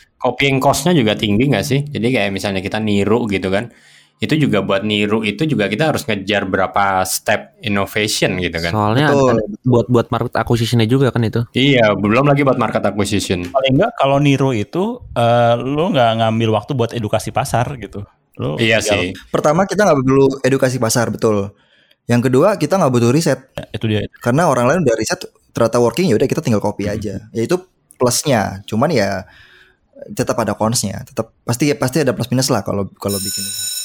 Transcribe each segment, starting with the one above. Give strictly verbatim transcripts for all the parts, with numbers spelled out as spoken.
copying cost-nya juga tinggi nggak sih? Jadi kayak misalnya kita niru gitu kan, itu juga buat niru itu juga kita harus ngejar berapa step innovation gitu kan. Soalnya Betul. ada buat buat market acquisition-nya juga kan itu. Iya, belum lagi buat market acquisition. Paling enggak kalau niru itu uh, lu nggak ngambil waktu buat edukasi pasar gitu. Lu Iya tinggal- sih. Pertama kita nggak perlu edukasi pasar, betul. Yang kedua kita nggak butuh riset, Ya, itu dia. karena orang lain udah riset ternyata working, ya udah kita tinggal copy aja. Ya itu plusnya. Cuman ya tetap ada cons-nya. Tetap pasti pasti ada plus minus lah kalau kalau bikin usaha.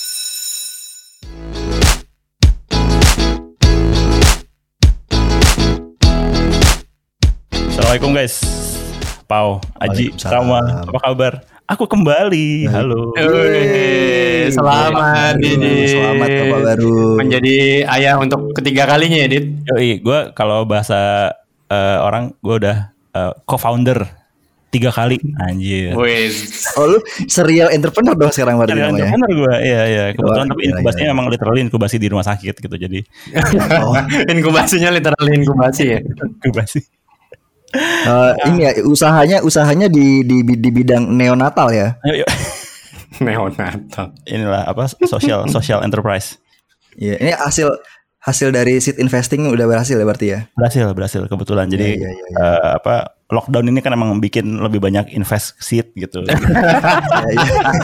Assalamualaikum guys. Pau, Aji, Waalaikumsalam. Rama, apa kabar? Aku kembali. Halo. Wih, selamat Didi. Selamat Bapak baru. Menjadi ayah untuk ketiga kalinya ya, Dit. Yoi, gue kalau bahasa uh, orang gue udah uh, co-founder tiga kali. Anjir. Wih, Oh lu serial entrepreneur dong sekarang berarti Ada namanya. entrepreneur gue, iya iya. Kebetulan Wah, tapi gila, inkubasinya gila. emang literally inkubasi di rumah sakit gitu. Jadi inkubasinya literally inkubasi ya. inkubasi. Eh, ini ya usahanya usahanya di di di bidang neonatal ya. Ayo, yuk. Neonatal. Inilah apa social social enterprise. Iya, ini hasil hasil dari seed investing udah berhasil ya berarti ya. Berhasil, berhasil kebetulan. Jadi Iya, iya, iya, eh, apa lockdown ini kan emang bikin lebih banyak invest seed gitu. Iya, iya.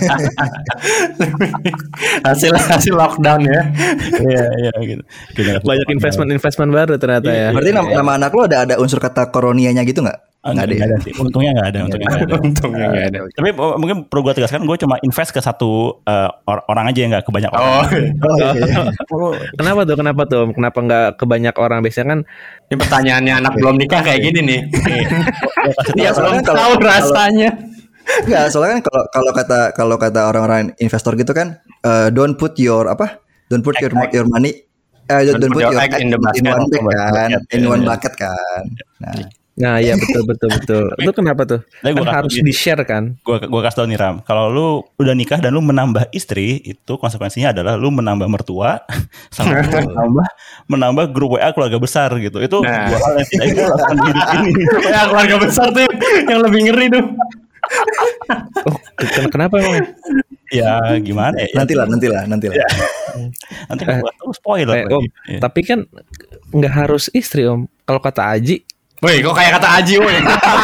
hasil hasil lockdown ya. Iya, iya gitu. Banyak investment-investment baru ternyata ya. Berarti nama, nama anak lu ada ada unsur kata koronianya gitu nggak? Enggak Nggak ada, ya? sih. Untungnya enggak ada, untungnya enggak ada. Untungnya nggak ada. Tapi uh, mungkin perlu gue tegaskan, gue cuma invest ke satu uh, or- orang aja, nggak ke banyak orang. Oh, Oh, iya, iya. Kenapa tuh? Kenapa tuh? Kenapa nggak ke banyak orang? Biasanya kan ini pertanyaannya anak belum nikah kayak gini nih. Iya, Dia belum soalnya kalau- tahu kalau- rasanya. Enggak, soalnya kan kalau kalau kata kalau kata orang-orang investor gitu kan, eh, don't put your apa? Don't put your Egg, egg. your money eh, don't, put your egg in, the basket. one bag kan, Basket, in iya, one iya. bucket kan. Nah, nah iya betul betul betul. Itu kenapa tuh? Tapi Kan gua harus kasih- di-share kan? Gue gue kasih tau nih Ram, kalau lu udah nikah dan lu menambah istri, itu konsekuensinya adalah lu menambah mertua sama lu menambah menambah grup W A keluarga besar gitu. Itu Nah. dua hal yang tidak kita lakukan di hidup ini. Ya keluarga besar tuh yang lebih ngeri tuh. Oh, ken- kenapa emang? Ya gimana ya? nantilah, nantilah, nantilah. Nanti gue tuh spoiler Eh, lagi. Om, Iya. tapi kan nggak harus istri Om. Kalau kata Aji, Woi, kok kayak kata Aji, woi.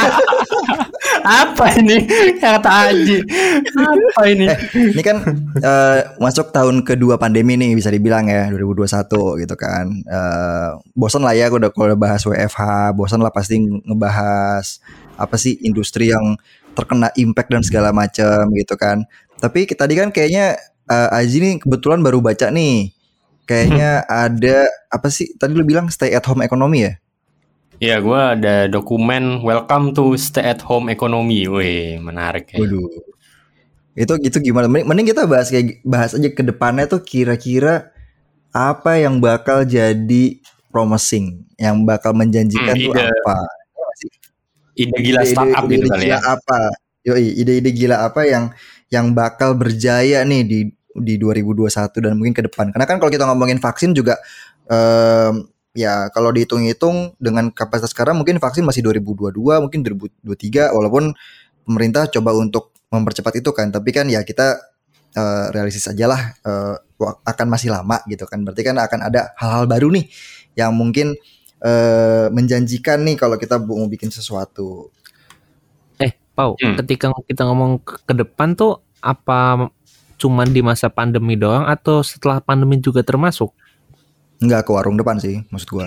Apa ini? Kayak kata Aji. Apa ini? Eh, ini kan eh, masuk tahun kedua pandemi nih bisa dibilang ya dua ribu dua puluh satu gitu kan. Eh, bosan lah ya udah kalau udah bahas W F H, bosan lah pasti ngebahas apa sih industri yang terkena impact dan segala macam gitu kan. Tapi kita tadi kan kayaknya eh, Aji nih kebetulan baru baca nih. Kayaknya ada apa sih tadi lu bilang stay at home economy ya? Ya, gue ada dokumen Welcome to Stay at Home Economy. Wih, menarik ya. Waduh. Itu itu gimana? Mending, mending kita bahas kayak bahas aja ke depannya tuh kira-kira apa yang bakal jadi promising, yang bakal menjanjikan Hmm, tuh ide. apa? Ide gila Ide-ide- startup gitu ide-ide kali gila ya. apa? Yoi, ide-ide gila apa yang yang bakal berjaya nih di di dua ribu dua puluh satu dan mungkin ke depan. Karena kan kalau kita ngomongin vaksin juga em, ya kalau dihitung-hitung dengan kapasitas sekarang mungkin vaksin masih dua ribu dua puluh dua, mungkin dua ribu dua puluh tiga walaupun pemerintah coba untuk mempercepat itu kan, tapi kan ya kita eh, realistis aja lah eh, wak- akan masih lama gitu kan. Berarti kan akan ada hal-hal baru nih yang mungkin eh, menjanjikan nih kalau kita mau bikin sesuatu. eh Pau, Hmm. ketika kita ngomong ke, ke depan tuh apa cuman di masa pandemi doang atau setelah pandemi juga termasuk? Enggak ke warung depan sih maksud gua.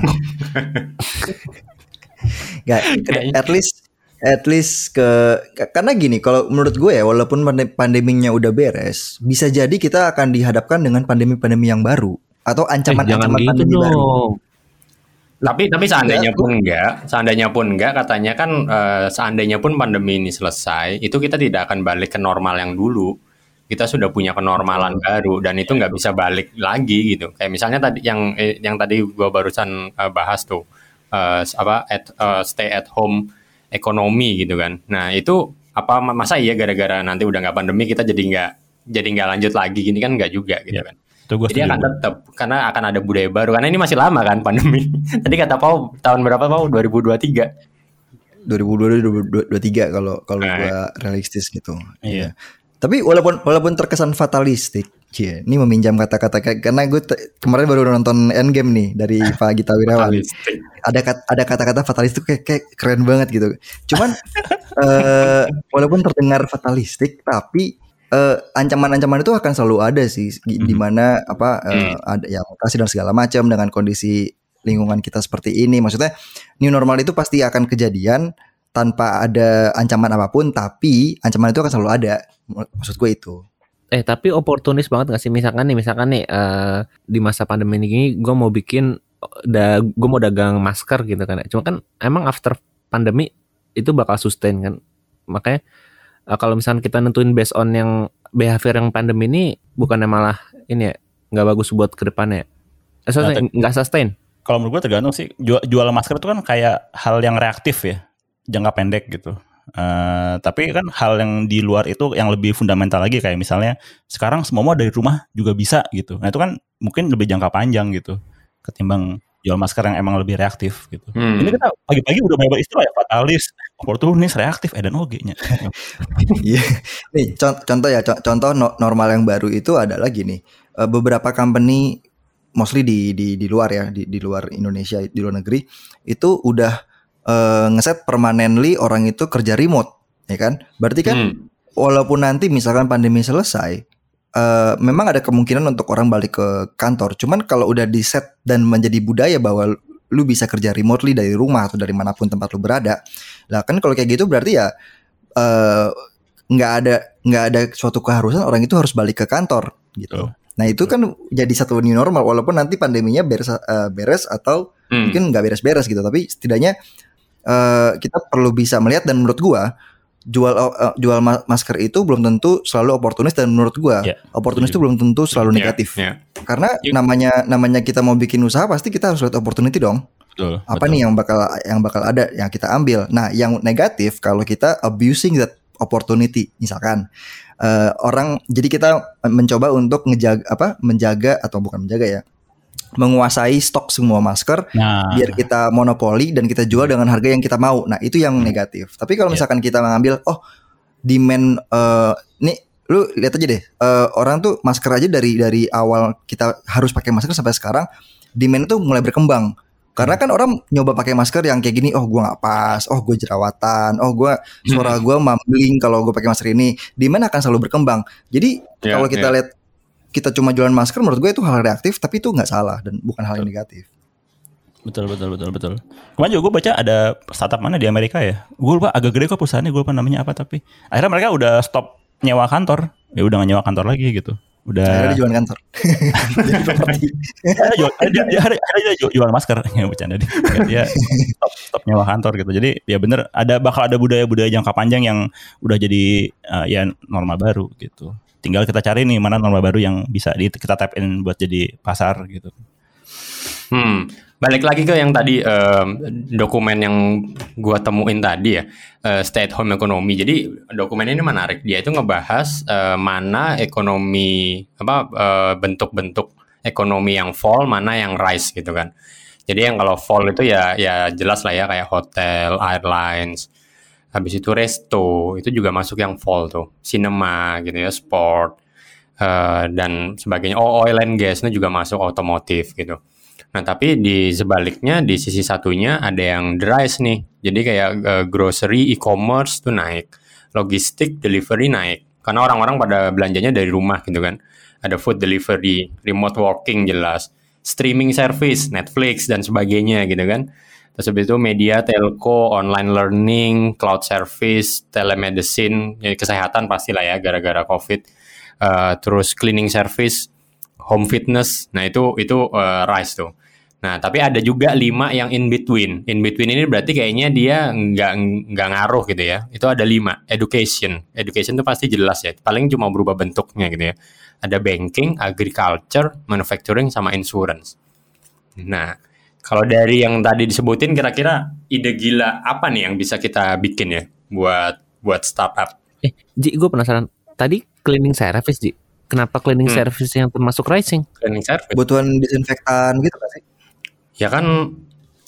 Enggak, Kayaknya. at least at least ke karena gini kalau menurut gue ya walaupun pande- pandeminya udah beres, bisa jadi kita akan dihadapkan dengan pandemi-pandemi yang baru atau Eh, jangan ancaman-ancaman gitu pandemi baru. dong. Tapi tapi seandainya Ya, pun enggak, seandainya pun enggak katanya kan eh, seandainya pun pandemi ini selesai, itu kita tidak akan balik ke normal yang dulu. Kita sudah punya kenormalan baru dan itu nggak bisa balik lagi gitu. Kayak misalnya tadi yang eh, yang tadi gua barusan eh, bahas tuh eh, apa at, eh, stay at home ekonomi gitu kan. Nah, itu apa masa iya gara-gara nanti udah nggak pandemi kita jadi nggak jadi nggak lanjut lagi gini kan nggak juga gitu Ya. kan. Itu gue Jadi akan tetap karena akan ada budaya baru karena ini masih lama kan pandemi. Tadi kata Pau tahun berapa Pau? dua ribu dua puluh tiga. dua ribu dua puluh dua dua ribu tiga kalau kalau Nah. gua realistis gitu. Iya. Tapi walaupun walaupun terkesan fatalistik, cie, ini meminjam kata-kata kayak- karena gue te- kemarin baru nonton Endgame nih dari Pak Gita Wirawan. Fatalistik. Ada kat- ada kata-kata fatalistik kayak, kayak keren banget gitu. Cuman eh, walaupun terdengar fatalistik, tapi eh, ancaman-ancaman itu akan selalu ada sih, di, di mana apa eh, ada yang mutasi dan segala macam dengan kondisi lingkungan kita seperti ini. Maksudnya new normal itu pasti akan kejadian tanpa ada ancaman apapun, tapi ancaman itu akan selalu ada. Maksud gue itu. Eh tapi oportunis banget gak sih, misalkan nih misalkan nih eh, di masa pandemi ini gue mau bikin da, gue mau dagang masker gitu kan ya. Cuma kan emang after pandemi itu bakal sustain kan. Makanya eh, kalau misalkan kita nentuin based on yang behavior yang pandemi ini, bukannya malah ini ya nggak bagus buat kedepannya. Eh, sorry, Nah, nggak sustain. Kalau menurut gue tergantung sih, jual, jual masker itu kan kayak hal yang reaktif ya, jangka pendek gitu. Uh, tapi kan hal yang di luar itu yang lebih fundamental lagi, kayak misalnya sekarang semua mau dari rumah juga bisa gitu. Nah itu kan mungkin lebih jangka panjang gitu ketimbang jual masker yang emang lebih reaktif gitu. Hmm. Ini kita pagi-pagi udah banyak istilah ya, fatalis, oportunis, reaktif, eh dan oge-nya. Iya. Nih con- contoh ya, co- contoh no- normal yang baru itu adalah gini. Eh, beberapa company mostly di di di luar ya, di di luar Indonesia, di luar negeri itu udah eh, ngeset permanently orang itu kerja remote, ya kan? Berarti kan Hmm. walaupun nanti misalkan pandemi selesai, eh, memang ada kemungkinan untuk orang balik ke kantor. Cuman kalau udah di set dan menjadi budaya bahwa lu bisa kerja remotely dari rumah atau dari manapun tempat lu berada, lah kan kalau kayak gitu berarti ya eh, nggak ada nggak ada suatu keharusan orang itu harus balik ke kantor gitu. Betul. Nah itu kan jadi satu new normal walaupun nanti pandeminya beres eh, beres atau Hmm. mungkin nggak beres-beres gitu, tapi setidaknya eh, kita perlu bisa melihat, dan menurut gua jual eh, jual ma- masker itu belum tentu selalu oportunis, dan menurut gua Ya, oportunis itu setuju. belum tentu selalu Ya, negatif. ya. Karena Ya. namanya namanya kita mau bikin usaha pasti kita harus lihat opportunity dong. Betul. Apa betul. nih yang bakal yang bakal ada yang kita ambil. Nah, yang negatif kalau kita abusing that opportunity, misalkan eh, orang, jadi kita mencoba untuk ngejaga apa menjaga atau bukan menjaga ya, menguasai stok semua masker Nah, biar kita monopoli dan kita jual dengan harga yang kita mau. Nah, itu yang negatif. Tapi kalau Iya. misalkan kita mengambil, oh demand, eh nih lu lihat aja deh, eh, orang tuh masker aja dari dari awal kita harus pakai masker sampai sekarang, demand itu mulai berkembang. Karena kan orang nyoba pakai masker yang kayak gini, oh gua nggak pas, oh gue jerawatan, oh gua suara gua mumbling kalau gue pakai masker ini. Demand akan selalu berkembang. Jadi Ya, kalau kita ya. lihat kita cuma jualan masker, menurut gue itu hal reaktif, tapi itu nggak salah dan bukan hal yang negatif. betul betul betul betul. Kemarin juga gue baca ada startup mana di Amerika ya. Gue lupa, agak gede kok perusahaannya, gue lupa namanya apa, tapi akhirnya mereka udah stop nyewa kantor. Ya udah nggak nyewa kantor lagi gitu. Udah. Akhirnya dia jualan kantor. Jadi properti. ada jual, ada, ada, ada, ada jual, jual masker, ya bercanda deh. Dia stop, stop nyewa kantor gitu. Jadi ya bener, ada bakal ada budaya-budaya jangka panjang yang udah jadi uh, ya normal baru gitu. Tinggal kita cari nih mana normal baru yang bisa di, kita tap in buat jadi pasar gitu. Hmm, balik lagi ke yang tadi em, dokumen yang gua temuin tadi ya, eh, stay at home economy. Jadi dokumen ini menarik. Dia itu ngebahas eh, mana ekonomi apa eh, bentuk-bentuk ekonomi yang fall, mana yang rise gitu kan. Jadi yang kalau fall itu ya ya jelas lah ya, kayak hotel, airlines. Habis itu resto, itu juga masuk yang fall tuh. Cinema gitu ya, sport eh, dan sebagainya. Oh, oil and gas itu juga masuk, otomotif gitu. Nah, tapi di sebaliknya, di sisi satunya ada yang rise nih. Jadi kayak uh, grocery, e-commerce tuh naik. Logistik, delivery naik. Karena orang-orang pada belanjanya dari rumah gitu kan. Ada food delivery, remote working jelas. Streaming service, Netflix dan sebagainya gitu kan. Terus habis itu media, telco, online learning, cloud service, telemedicine, ya kesehatan pastilah ya gara-gara COVID. Uh, terus cleaning service, home fitness. Nah, itu itu uh, rise tuh. Nah, tapi ada juga lima yang in between. In between ini berarti kayaknya dia nggak nggak ngaruh gitu ya. Itu ada lima. Education. Education itu pasti jelas ya. Paling cuma berubah bentuknya gitu ya. Ada banking, agriculture, manufacturing, sama insurance. Nah, kalau dari yang tadi disebutin, kira-kira ide gila apa nih yang bisa kita bikin ya buat buat startup? Eh, Ji, gue penasaran. Tadi cleaning service, Ji. Kenapa cleaning Hmm. service yang termasuk rising? Cleaning service. Kebutuhan disinfektan gitu kan sih? Ya kan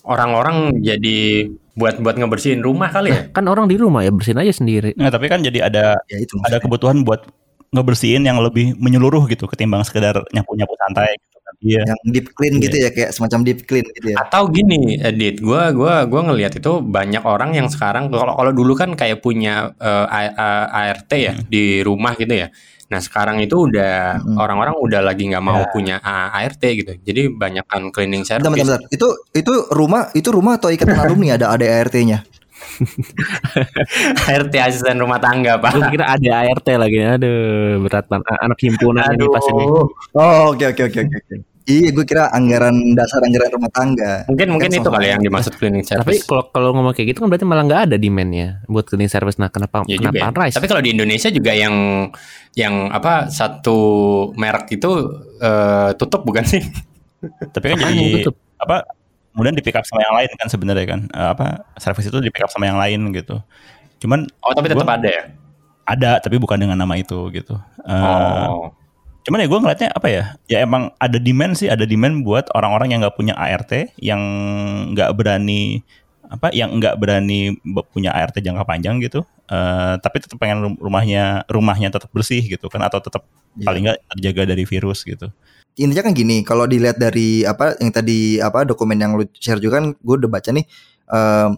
orang-orang jadi buat buat ngebersihin rumah kali ya. Kan orang di rumah ya bersihin aja sendiri. Nah, tapi kan jadi ada Ya itu ada maksudnya. kebutuhan buat ngebersihin yang lebih menyeluruh gitu ketimbang sekedar nyapu-nyapu santai gitu kan. Iya. Yang deep clean gitu ya, kayak semacam deep clean gitu ya. Atau gini, Edit, gua gua gua ngelihat itu banyak orang yang sekarang kalau kalau dulu kan kayak punya eh, A- A- ART ya di rumah gitu ya. Nah sekarang itu udah Mm-mm. orang-orang udah lagi nggak mau Ya. punya A- ART gitu. Jadi banyakkan cleaning Bentar, service. bentar, bentar. Itu itu rumah itu rumah atau ikatan alumni ada ada A R T-nya? A R T asisten rumah tangga, Pak. Gue kira ada A R T lagi. Aduh, berat banget. A- Anak himpunan ini pas ini. Aduh. Oh, oke oke oke oke. Iya, gue kira anggaran dasar anggaran rumah tangga. Mungkin mungkin Kan itu sama-sama. kali yang dimaksud cleaning Tapi service. kalau kalau ngomong kayak gitu kan berarti malah nggak ada demand-nya buat cleaning service. Nah, kenapa Ya juga. kenapa ya. Rice? Tapi kalau di Indonesia juga yang yang apa satu merek itu eh, tutup bukan sih? Tapi kan Apaan yang jadi tutup? apa? Kemudian di pick up sama yang lain kan sebenarnya kan. Eh, apa service itu di pick up sama yang lain gitu. Cuman Oh tapi tetap gua- ada ya. ada tapi bukan dengan nama itu gitu. Eh, Oh. Cuman ya gue ngeliatnya apa ya? Ya emang ada demand sih, ada demand buat orang-orang yang nggak punya A R T, yang nggak berani apa, yang nggak berani be- punya A R T jangka panjang gitu. Eh, tapi tetap pengen rum- rumahnya rumahnya tetap bersih gitu kan, atau tetap Iya. paling nggak terjaga dari virus gitu. Intinya kan gini, kalau dilihat dari apa yang tadi apa dokumen yang lu share juga kan, gue udah baca nih, em,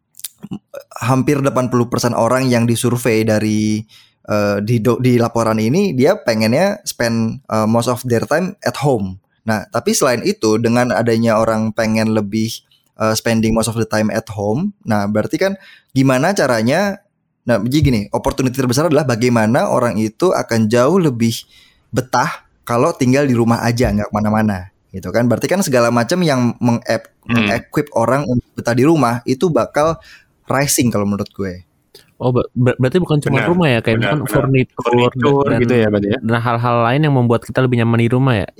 hampir delapan puluh persen orang yang disurvei dari eh, di do- di laporan ini dia pengennya spend eh, most of their time at home. Nah, tapi selain itu dengan adanya orang pengen lebih eh, spending most of the time at home, nah berarti kan gimana caranya? Nah, jadi gini, opportunity terbesar adalah bagaimana orang itu akan jauh lebih betah kalau tinggal di rumah aja, nggak kemana-mana, gitu kan? Berarti kan segala macam yang meng-ep- Hmm. meng-equip orang untuk betah di rumah itu bakal rising kalau menurut gue. Oh, ber- ber- berarti bukan cuma Benar, rumah ya, kayak benar, bukan benar. furnitur, Furnitur dan, gitu ya berarti ya. dan hal-hal lain yang membuat kita lebih nyaman di rumah ya.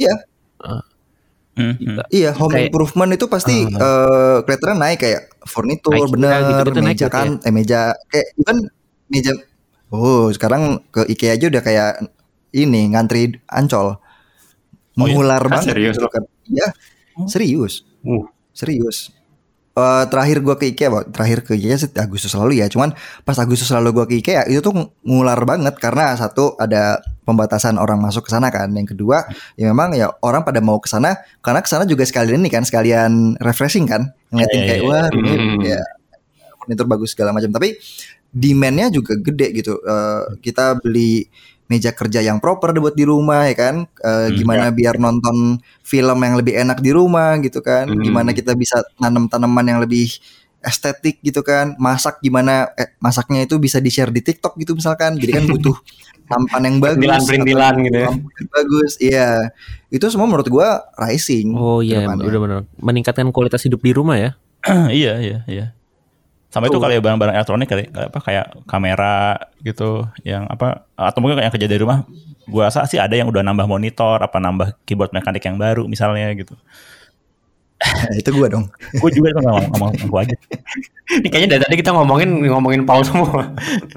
Hmm, hmm. Iya, home Kayak- improvement itu pasti Ah. eh, kelihatannya naik kayak furnitur, IKEA bener, gitu-gitu naik meja gitu kan, eh meja kayak even meja. Oh, sekarang ke IKEA aja udah kayak ini ngantri Ancol. Oh, iya? Mengular Ah, banget. serius gitu lo? kan. Iya, serius. Uh. Serius. Eh, terakhir gua ke IKEA, Pak. terakhir ke IKEA sih Agustus lalu ya. Cuman pas Agustus lalu gua ke IKEA itu tuh ngular banget karena satu ada pembatasan orang masuk ke sana kan. Yang kedua, ya memang ya orang pada mau ke sana karena ke sana juga sekalian ini kan, sekalian refreshing kan. Ngeliatin Ya, ya, kayak ya. wah ini Hmm. ya furnitur bagus segala macam. Tapi demand-nya juga gede gitu. Eh, kita beli meja kerja yang proper buat di rumah ya kan. Eh, Hmm, gimana biar nonton film yang lebih enak di rumah gitu kan. Hmm. Gimana kita bisa nanam tanaman yang lebih estetik gitu kan. Masak gimana eh, masaknya itu bisa di-share di TikTok gitu misalkan. Jadi kan butuh tampan yang bagus, Perintilan-perintilan atau gitu ya. lampu yang bagus. Iya. Itu semua menurut gua rising. Oh ke iya, depannya. udah benar. Meningkatkan kualitas hidup di rumah ya. Iya, iya, iya. Sama itu Tuh. kali ya barang-barang elektronik kali, kayak apa kayak kamera gitu, yang apa atau mungkin yang kerja dari rumah. Gua rasa sih ada yang udah nambah monitor, apa nambah keyboard mekanik yang baru misalnya gitu. Nah, itu gua dong. Gue juga itu ngomong ngomong gue aja. Ini kayaknya dari tadi kita ngomongin ngomongin Paul semua.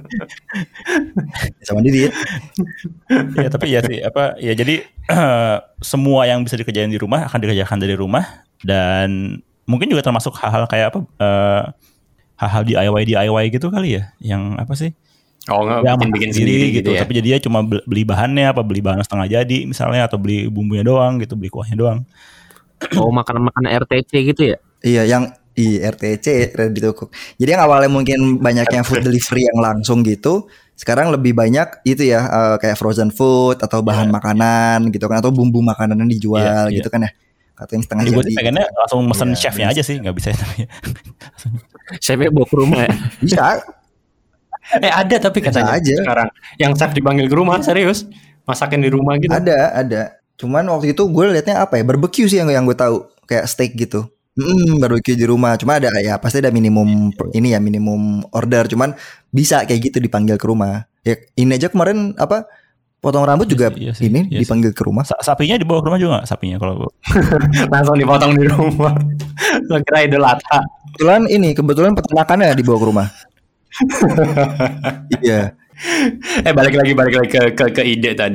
Sama Didit. Ya tapi ya sih apa ya jadi semua yang bisa dikerjain di rumah akan dikerjakan dari rumah, dan mungkin juga termasuk hal-hal kayak apa eh, hal-hal D I Y D I Y gitu kali ya, yang apa sih? Oh nggak Ya, bikin masak bikin sendiri gitu ya. Tapi jadinya cuma bel- beli bahannya, apa beli bahan setengah jadi misalnya, atau beli bumbunya doang gitu, beli kuahnya doang. Oh, makanan-makanan R T C gitu ya. Iya, yang i R T C ready to cook. Jadi yang awalnya mungkin banyaknya food delivery yang langsung gitu, sekarang lebih banyak itu ya eh, kayak frozen food atau bahan Iya. makanan gitu kan, atau bumbu makanan yang dijual Iya, gitu kan ya. Atau yang setengah Jadi gue jadi. sih pengennya langsung mesen Iya, chefnya bener. aja sih, nggak bisa tapi. Chefnya bawa ke rumah ya. Bisa. Eh ada tapi katanya aja. sekarang yang chef dipanggil ke rumah serius masakin di rumah gitu. Ada, ada. Cuman waktu itu gue liatnya apa ya? Barbecue sih yang yang gue tahu, kayak steak gitu. Hmm, barbecue di rumah. Cuma ada ya pasti ada minimum ini ya, minimum order. Cuman bisa kayak gitu dipanggil ke rumah. Ya ini aja kemarin apa? Potong rambut juga Iya sih, ini iya sih. dipanggil ke rumah. Sa- sapinya dibawa ke rumah juga nggak sapinya kalau gue? Langsung dipotong di rumah. Lo kira Idul Adha. Kebetulan ini kebetulan peternakannya dibawa ke rumah. Iya. Eh balik lagi balik lagi ke ke, ke ide tadi.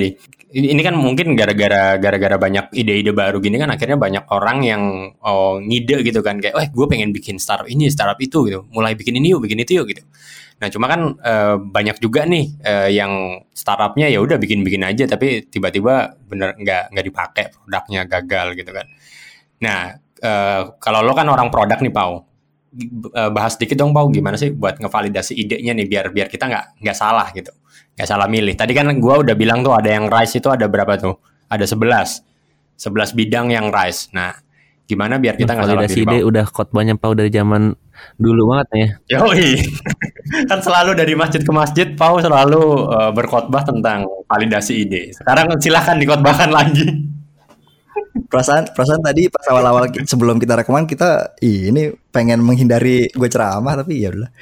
ini kan mungkin gara-gara gara-gara banyak ide-ide baru gini kan akhirnya banyak orang yang oh, ngide gitu kan kayak, "Eh, gue pengen bikin startup ini, startup itu gitu. Mulai bikin ini yuk, bikin itu yuk gitu." Nah, cuma kan eh, banyak juga nih eh, yang startupnya ya udah bikin-bikin aja tapi tiba-tiba bener nggak nggak dipakai, produknya gagal gitu kan. Nah, eh, kalau lo kan orang produk nih, Pau. Bahas dikit dong, Pau, gimana sih buat ngevalidasi idenya nih biar biar kita nggak nggak salah gitu. Nggak salah milih. Tadi kan gue udah bilang tuh ada yang rice itu ada berapa tuh? Ada sebelas. sebelas bidang yang rice. Nah, gimana biar kita nggak salah validasi pilih, ide Pau? udah khotbahnya Pau dari zaman dulu banget ya. Yoi. Kan selalu dari masjid ke masjid Pau selalu uh, berkhotbah tentang validasi ide. Sekarang silahkan dikhotbahkan lagi. Perasaan perasaan tadi pas awal-awal ki- sebelum kita rekaman kita ih, ini pengen menghindari gue ceramah tapi ya udah.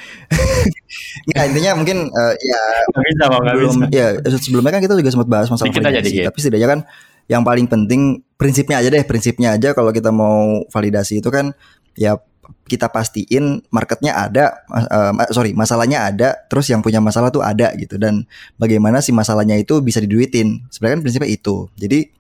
Nggak, intinya mungkin eh, ya Nggak bisa, Pau, nggak belum bisa. ya sebelumnya kan kita juga sempat bahas masalah Dikit aja, validasi. dikit. Tapi setidaknya kan yang paling penting prinsipnya aja deh, prinsipnya aja kalau kita mau validasi itu kan ya kita pastiin marketnya ada, mas- eh, ma- sorry masalahnya ada, terus yang punya masalah tuh ada gitu dan bagaimana si masalahnya itu bisa diduitin. Sebenarnya kan prinsipnya itu. Jadi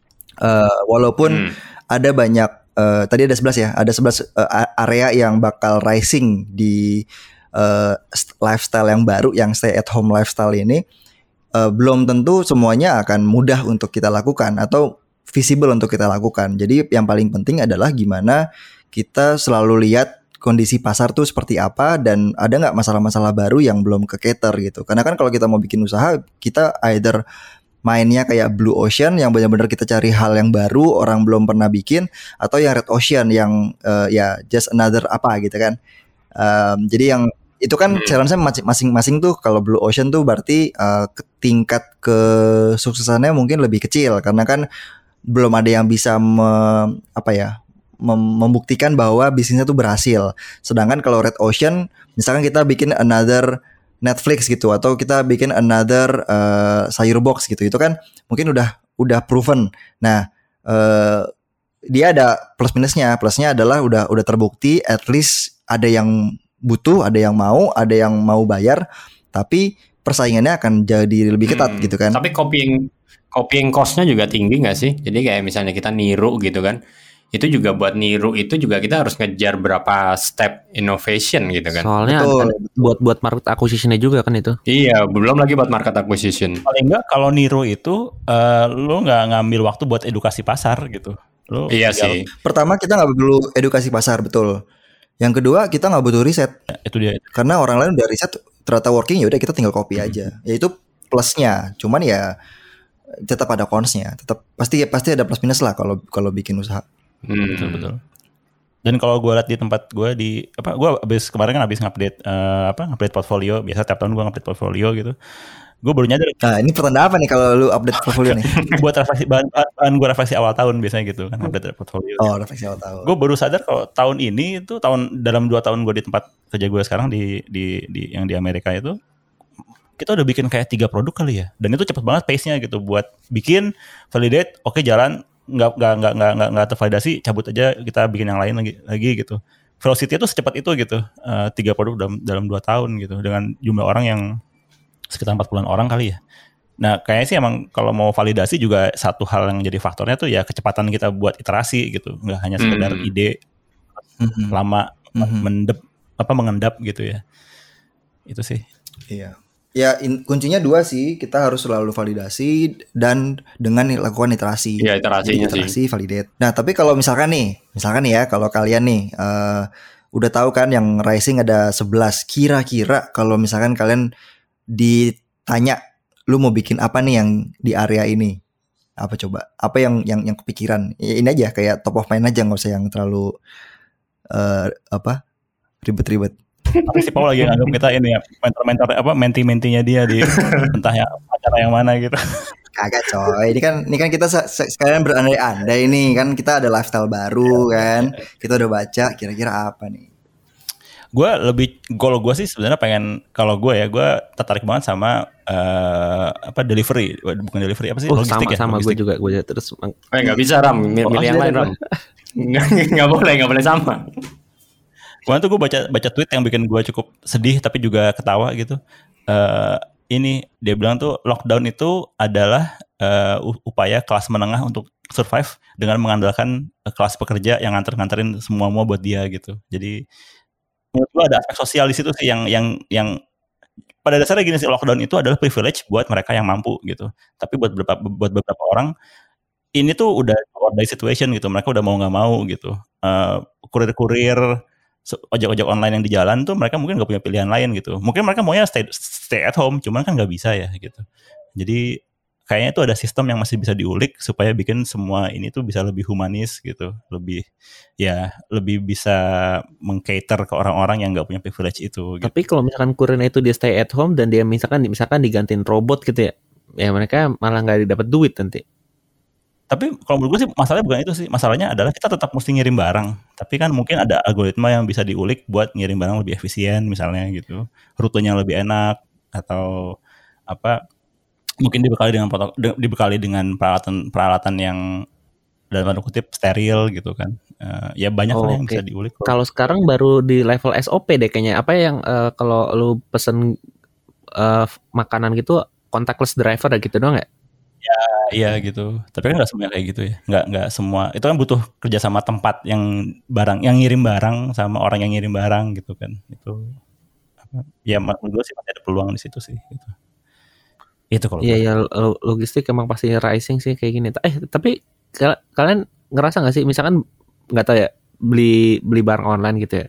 eh, walaupun Hmm. ada banyak eh, tadi ada sebelas ya, ada sebelas eh, a- area yang bakal rising di eh, st- lifestyle yang baru, yang stay at home lifestyle ini eh, belum tentu semuanya akan mudah untuk kita lakukan atau visible untuk kita lakukan. Jadi yang paling penting adalah gimana kita selalu lihat kondisi pasar tuh seperti apa dan ada nggak masalah-masalah baru yang belum ke cater gitu. Karena kan kalau kita mau bikin usaha, kita either mainnya kayak blue ocean yang benar-benar kita cari hal yang baru orang belum pernah bikin, atau yang red ocean yang eh, ya just another apa gitu kan. Em, jadi yang itu kan Hmm. challenge-nya masing- masing-masing tuh. Kalau blue ocean tuh berarti eh, ke- tingkat kesuksesannya mungkin lebih kecil karena kan belum ada yang bisa me- apa ya mem- membuktikan bahwa bisnisnya tuh berhasil. Sedangkan kalau red ocean, misalkan kita bikin another Netflix gitu atau kita bikin another uh, sayur box gitu, itu kan mungkin udah udah proven. Nah, uh, dia ada plus minusnya. Plusnya adalah udah udah terbukti, at least ada yang butuh, ada yang mau, ada yang mau bayar, tapi persaingannya akan jadi lebih ketat Hmm. gitu kan. Tapi copying copying cost-nya juga tinggi nggak sih? Jadi kayak misalnya kita niru gitu kan, itu juga buat niru itu juga kita harus ngejar berapa step innovation gitu kan. Soalnya Betul. ada- buat buat market acquisition-nya juga kan itu. Iya, belum lagi buat market acquisition. Paling enggak kalau niru itu eh, lu nggak ngambil waktu buat edukasi pasar gitu. Lu Iya tinggal- sih. Pertama kita nggak perlu edukasi pasar, betul. Yang kedua kita nggak butuh riset Itu dia. karena orang lain udah riset ternyata working, ya udah kita tinggal copy aja. Ya itu plusnya. Cuman ya tetap ada consnya. Tetap pasti pasti ada plus minus lah kalau kalau bikin usaha. Hmm. Betul betul. Dan kalau gue lihat di tempat gue di apa gue abis kemarin kan abis ngupdate eh, apa ngupdate portfolio, biasa tiap tahun gue ngupdate portfolio gitu. Gue baru nyadar Nah ini pertanda apa nih kalau lu update portfolio nih? buat refleksi bahan, bahan gue refleksi awal tahun biasanya gitu kan update portfolio. Oh refleksi awal tahun. Gue baru sadar kalau tahun ini itu tahun dalam dua tahun gue di tempat kerja gue sekarang di di di yang di Amerika itu kita udah bikin kayak tiga produk kali ya, dan itu cepet banget pace-nya gitu buat bikin validate, oke jalan, nggak nggak nggak nggak nggak nggak tervalidasi, cabut aja kita bikin yang lain lagi lagi gitu. Velocity itu secepat itu gitu, Eh, tiga produk dalam dalam dua tahun gitu dengan jumlah orang yang sekitar empat puluhan orang kali ya. Nah kayaknya sih emang kalau mau validasi juga satu hal yang jadi faktornya tuh ya kecepatan kita buat iterasi gitu, nggak hanya sekedar Hmm. ide Mhm. lama Mhm. mendep apa mengendap gitu ya. Itu sih. Iya. Ya in- kuncinya dua sih, kita harus selalu validasi dan dengan lakukan iterasi. Iya, iterasinya Jadi iterasi, validate. Nah tapi kalau misalkan nih, misalkan nih ya, kalau kalian nih eh, udah tahu kan yang rising ada sebelas, kira-kira kalau misalkan kalian ditanya, lu mau bikin apa nih yang di area ini? Apa coba? Apa yang yang yang kepikiran? Ya, ini aja kayak top of mind aja, nggak usah yang terlalu eh, apa ribet-ribet. Tapi si Paul lagi nganggap kita ini ya mentor-mentor apa menti-mentinya dia di entah ya acara yang mana gitu. Kagak coy, ini kan ini kan kita se- se- sekalian berandai-andai ini kan, kita ada lifestyle baru kan, kita udah baca kira-kira apa nih. Gue lebih goal gue sih sebenarnya pengen kalau gue ya gue tertarik banget sama eh, apa delivery bukan delivery apa sih Oh logistik sama ya sama gue logistik. juga gue terus Eh nggak bisa Ram, milih, Oh, milih yang iya, lain iya. Ram. Nggak nggak boleh, nggak boleh sama. Kemarin tuh gue baca baca tweet yang bikin gue cukup sedih tapi juga ketawa gitu. Eh ini dia bilang tuh lockdown itu adalah uh, upaya kelas menengah untuk survive dengan mengandalkan uh, kelas pekerja yang nganter-nganterin semua-semua buat dia gitu. Jadi menurut gue ada aspek sosial di situ sih yang yang yang pada dasarnya gini sih, lockdown itu adalah privilege buat mereka yang mampu gitu. Tapi buat beberapa buat beberapa orang ini tuh udah ordinary situation gitu. Mereka udah mau nggak mau gitu. Uh, kurir-kurir, ojek-ojek online yang di jalan tuh mereka mungkin nggak punya pilihan lain gitu. Mungkin mereka maunya stay stay at home, cuman kan nggak bisa ya gitu. Jadi kayaknya itu ada sistem yang masih bisa diulik supaya bikin semua ini tuh bisa lebih humanis gitu, lebih ya lebih bisa meng-cater ke orang-orang yang nggak punya privilege itu. Gitu. Tapi kalau misalkan kurirnya itu dia stay at home dan dia misalkan misalkan digantiin robot gitu ya, ya mereka malah nggak dapat duit nanti. Tapi kalau menurut gue sih masalahnya bukan itu sih, masalahnya adalah kita tetap mesti ngirim barang. Tapi kan mungkin ada algoritma yang bisa diulik buat ngirim barang lebih efisien misalnya gitu, rutenya lebih enak atau apa? Mungkin dibekali dengan dibekali dengan peralatan peralatan yang dalam tanda kutip steril gitu kan. Uh, ya banyak oh, lah yang okay. bisa diulik. Kalau sekarang baru di level S O P deh kayaknya. Apa yang uh, kalau lu pesen uh, makanan gitu contactless driver gitu doang ya? Ya, iya gitu. Tapi kan nggak semuanya kayak gitu ya. Nggak nggak semua. Itu kan butuh kerjasama tempat yang barang, yang ngirim barang sama orang yang ngirim barang gitu kan. Itu apa? Ya menurut gue sih masih ada peluang di situ sih. Gitu. Itu kalau iya ya logistik emang pasti rising sih kayak gini. Eh tapi kalian ngerasa nggak sih misalkan nggak tahu ya beli beli barang online gitu ya.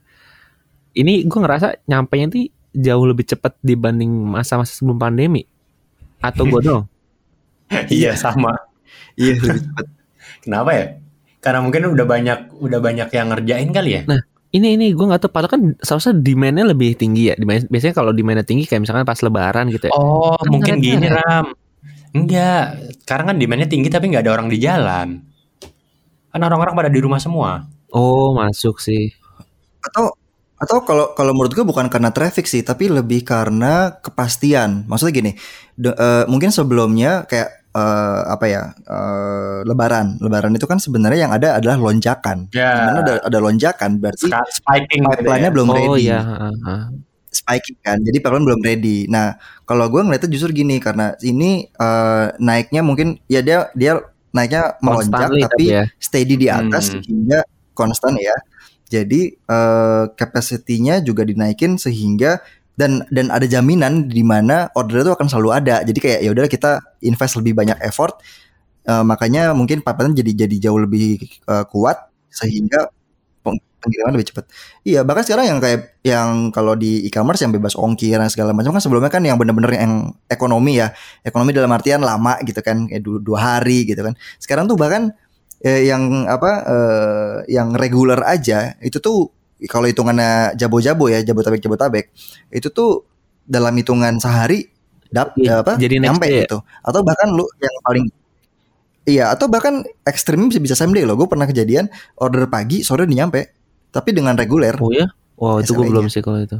Ini gue ngerasa nyampenya tuh jauh lebih cepat dibanding masa-masa sebelum pandemi. Atau gue dong? Iya sama. Iya lebih cepat. Kenapa ya? Karena mungkin udah banyak udah banyak yang ngerjain kali ya. Nah ini ini gue nggak tahu, padahal kan seharusnya demand-nya lebih tinggi ya. Biasanya kalau demand-nya tinggi kayak misalkan pas Lebaran gitu ya. Oh kan mungkin ada, gini ada. Ram. Enggak, sekarang kan demand-nya tinggi tapi nggak ada orang di jalan. Kan orang-orang pada di rumah semua. Oh masuk sih. Atau atau kalau kalau menurut gue bukan karena traffic sih, tapi lebih karena kepastian. Maksudnya gini, de, uh, mungkin sebelumnya kayak uh, apa ya uh, Lebaran, Lebaran itu kan sebenarnya yang ada adalah lonjakan. Ya. Dimana ada ada lonjakan berarti spiking pipeline-nya gitu ya. belum Oh ready. iya. Uh-huh. Spiking kan, jadi pipeline belum ready. Nah, kalau gue ngeliatnya justru gini, karena ini uh, naiknya mungkin ya dia dia naiknya melonjak Constantly, tapi tapi ya. steady di atas Hmm. sehingga konstan ya. Jadi uh, capacity-nya juga dinaikin sehingga dan dan ada jaminan di mana order itu akan selalu ada. Jadi kayak ya udahlah kita invest lebih banyak effort, uh, makanya mungkin pipeline jadi jadi jauh lebih uh, kuat sehingga pengiriman lebih cepat. Iya, bahkan sekarang yang kayak yang kalau di e-commerce yang bebas ongkir dan segala macam kan sebelumnya kan yang benar-benar yang ekonomi ya. Ekonomi dalam artian lama gitu kan, kayak dua, dua hari gitu kan. Sekarang tuh bahkan eh, yang apa eh, yang regular aja itu tuh kalau hitungannya jabo-jabo ya, jabotabek-jabotabek, itu tuh dalam hitungan sehari dap Iya, apa jadi next nyampe day ya? gitu. Atau bahkan lu yang paling iya, atau bahkan ekstrimnya bisa bisa same day loh. Gue pernah kejadian order pagi sore udah nyampe. Tapi dengan reguler. Oh ya? Wow, itu gue S L A-nya. belum sih kalau itu.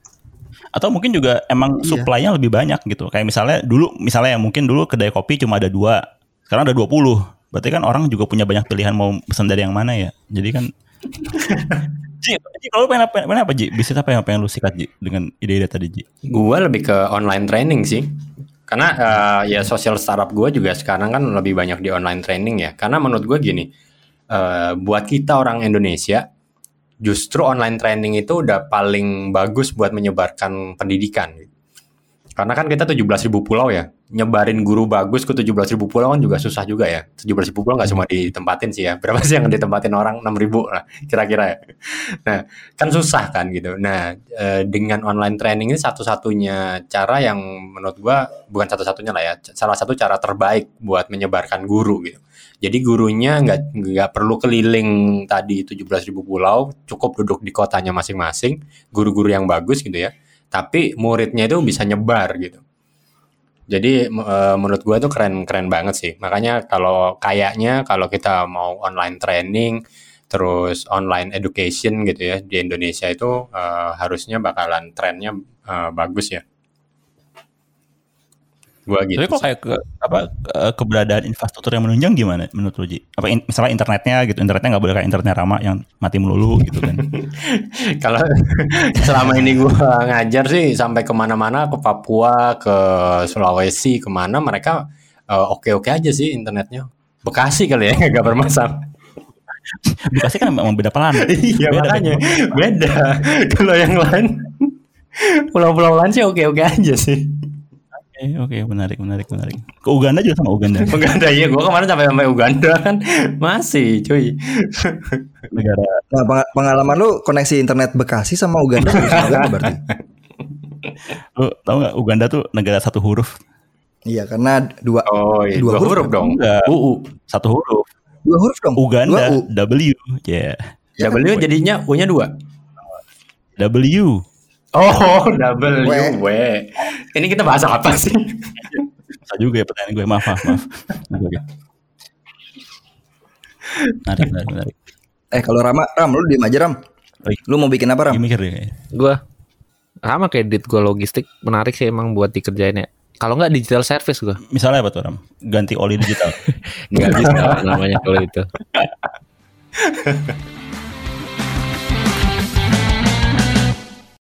Atau mungkin juga emang Iya. supply-nya lebih banyak gitu. Kayak misalnya dulu, misalnya yang mungkin dulu kedai kopi cuma ada dua, sekarang ada dua puluh. Berarti kan orang juga punya banyak pilihan mau pesan dari yang mana ya. Jadi kan Ji, Ji kalau pengen apa, pengen apa Ji? Bisnis apa yang pengen lu sikat Ji dengan ide-ide tadi Ji? Gue lebih ke online training sih. Karena uh, ya social startup gue juga sekarang kan lebih banyak di online training ya. Karena menurut gue gini, uh, buat kita orang Indonesia, justru online training itu udah paling bagus buat menyebarkan pendidikan. Karena kan kita tujuh belas ribu pulau ya, nyebarin guru bagus ke tujuh belas ribu pulau kan juga susah juga ya. tujuh belas ribu pulau gak cuma ditempatin sih ya. Berapa sih yang ditempatin orang? enam ribu lah kira-kira ya. Nah kan susah kan gitu. Nah dengan online training ini satu-satunya cara yang menurut gua, bukan satu-satunya lah ya, salah satu cara terbaik buat menyebarkan guru gitu. Jadi gurunya nggak nggak perlu keliling tadi tujuh belas ribu pulau, cukup duduk di kotanya masing-masing, guru-guru yang bagus gitu ya. Tapi muridnya itu bisa nyebar gitu. Jadi e, menurut gue itu keren-keren banget sih. Makanya kalau kayaknya kalau kita mau online training, terus online education gitu ya di Indonesia itu e, harusnya bakalan trennya e, bagus ya. Gua gitu. Tapi kok kayak ke, apa keberadaan infrastruktur yang menunjang gimana menurut lu Ji? Apa in, misalnya internetnya gitu, internetnya nggak boleh kayak internetnya Rama yang mati melulu gitu kan? Kalau selama ini gua ngajar sih sampai kemana-mana, ke Papua, ke Sulawesi, kemana mereka uh, oke-oke aja sih internetnya. Bekasi kali ya nggak bermasalah. Bekasi kan memang beda planet. Iya makanya beda. Kalau yang lain pulau-pulau lain sih oke-oke aja sih. Oke, oke, menarik, menarik, menarik. Ke Uganda juga sama Uganda. Uganda iya, gue kemarin sampai sampai Uganda kan masih, cuy. Negara. Nah, peng- pengalaman lu koneksi internet Bekasi sama Uganda Uganda berarti? Lu tahu nggak Uganda tuh negara satu huruf? Iya, karena dua Oh, iya, dua, Dua huruf, huruf dong. Enggak. U U. Satu huruf. dua huruf dong. Uganda, Dua U. W, ya. Ya kan? W jadinya U-nya dua. W. Oh, double W. U, W. Ini kita bahas apa sih? Bisa juga ya pertanyaan gue, maaf, maaf, maaf. Oke. Menarik, menarik, menarik. Eh kalau Rama, Ram lu diem aja Ram. Oi. Lu mau bikin apa Ram? Lagi mikir deh kayaknya. Gue sama kayak dit gue logistik menarik sih emang buat dikerjain ya. Kalau nggak digital service gue Misalnya apa tuh Ram? Ganti oli digital. nggak bisa namanya kalau itu.